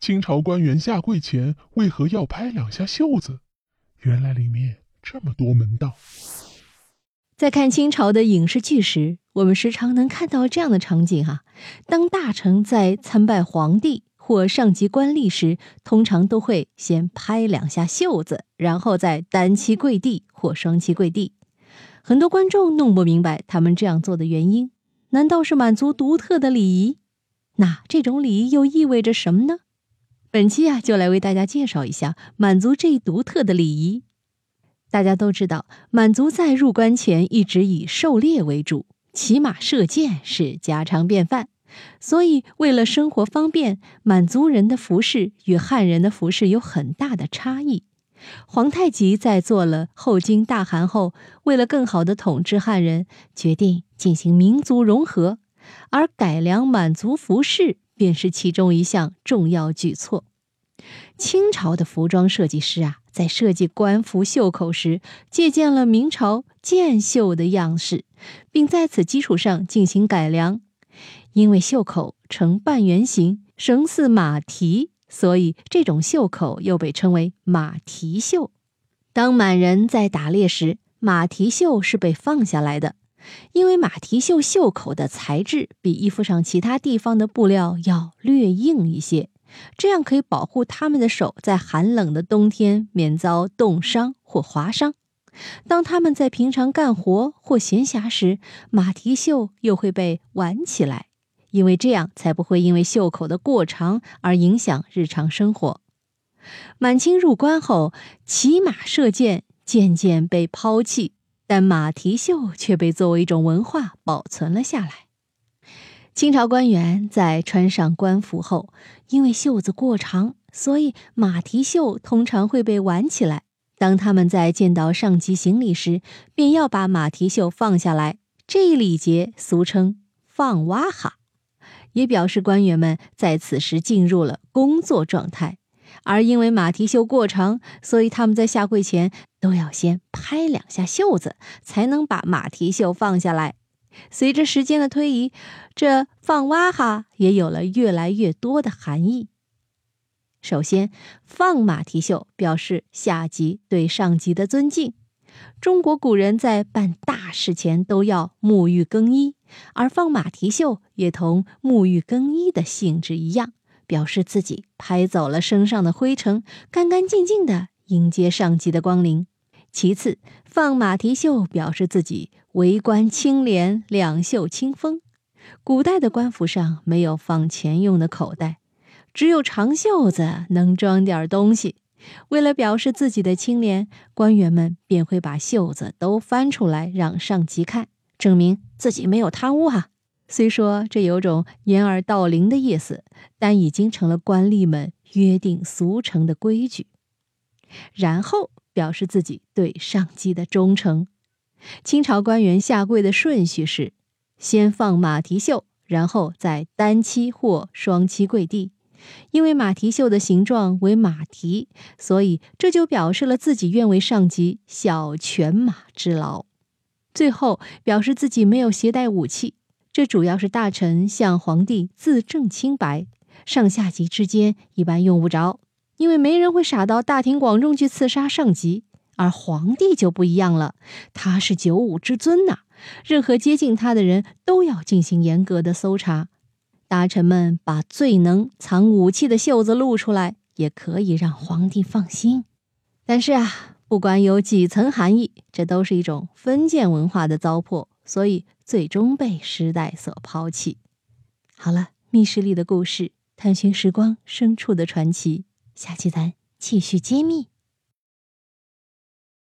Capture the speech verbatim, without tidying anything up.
清朝官员下跪前为何要拍两下袖子？原来里面这么多门道。 在看清朝的影视剧时，我们时常能看到这样的场景哈、啊，当大臣在参拜皇帝或上级官吏时，通常都会先拍两下袖子，然后再单膝跪地或双膝跪地。很多观众弄不明白他们这样做的原因，难道是满族独特的礼仪？那这种礼仪又意味着什么呢？本期啊，就来为大家介绍一下满族这一独特的礼仪。大家都知道，满族在入关前一直以狩猎为主，骑马射箭是家常便饭。所以为了生活方便，满族人的服饰与汉人的服饰有很大的差异。皇太极在做了后金大汗后，为了更好地统治汉人，决定进行民族融合，而改良满族服饰便是其中一项重要举措。清朝的服装设计师啊，在设计官服袖口时，借鉴了明朝箭袖的样式，并在此基础上进行改良。因为袖口呈半圆形，绳似马蹄，所以这种袖口又被称为马蹄袖。当满人在打猎时，马蹄袖是被放下来的，因为马蹄袖袖口的材质比衣服上其他地方的布料要略硬一些，这样可以保护他们的手在寒冷的冬天免遭冻伤或划伤。当他们在平常干活或闲暇时，马蹄袖又会被挽起来，因为这样才不会因为袖口的过长而影响日常生活。满清入关后，骑马射箭渐渐被抛弃，但马蹄袖却被作为一种文化保存了下来。清朝官员在穿上官服后，因为袖子过长，所以马蹄袖通常会被挽起来。当他们在见到上级行礼时，便要把马蹄袖放下来，这一礼节俗称放哇哈，也表示官员们在此时进入了工作状态。而因为马蹄袖过长，所以他们在下跪前都要先拍两下袖子，才能把马蹄袖放下来。随着时间的推移，这放哇哈也有了越来越多的含义。首先，放马蹄袖表示下级对上级的尊敬。中国古人在办大事前都要沐浴更衣，而放马蹄袖也同沐浴更衣的性质一样，表示自己拍走了身上的灰尘，干干净净地迎接上级的光临。其次，放马蹄袖表示自己为官清廉，两袖清风。古代的官服上没有放钱用的口袋，只有长袖子能装点东西。为了表示自己的清廉，官员们便会把袖子都翻出来让上级看，证明自己没有贪污哈。虽说这有种掩耳盗铃的意思，但已经成了官吏们约定俗成的规矩。然后表示自己对上级的忠诚。清朝官员下跪的顺序是：先放马蹄袖，然后再单膝或双膝跪地。因为马蹄袖的形状为马蹄，所以这就表示了自己愿为上级效犬马之劳。最后表示自己没有携带武器，这主要是大臣向皇帝自证清白，上下级之间一般用不着，因为没人会傻到大庭广众去刺杀上级。而皇帝就不一样了，他是九五之尊呐、啊，任何接近他的人都要进行严格的搜查。大臣们把最能藏武器的袖子露出来，也可以让皇帝放心。但是啊，不管有几层含义，这都是一种封建文化的糟粕，所以最终被时代所抛弃。好了，密室里的故事，探寻时光深处的传奇，下期咱继续揭秘。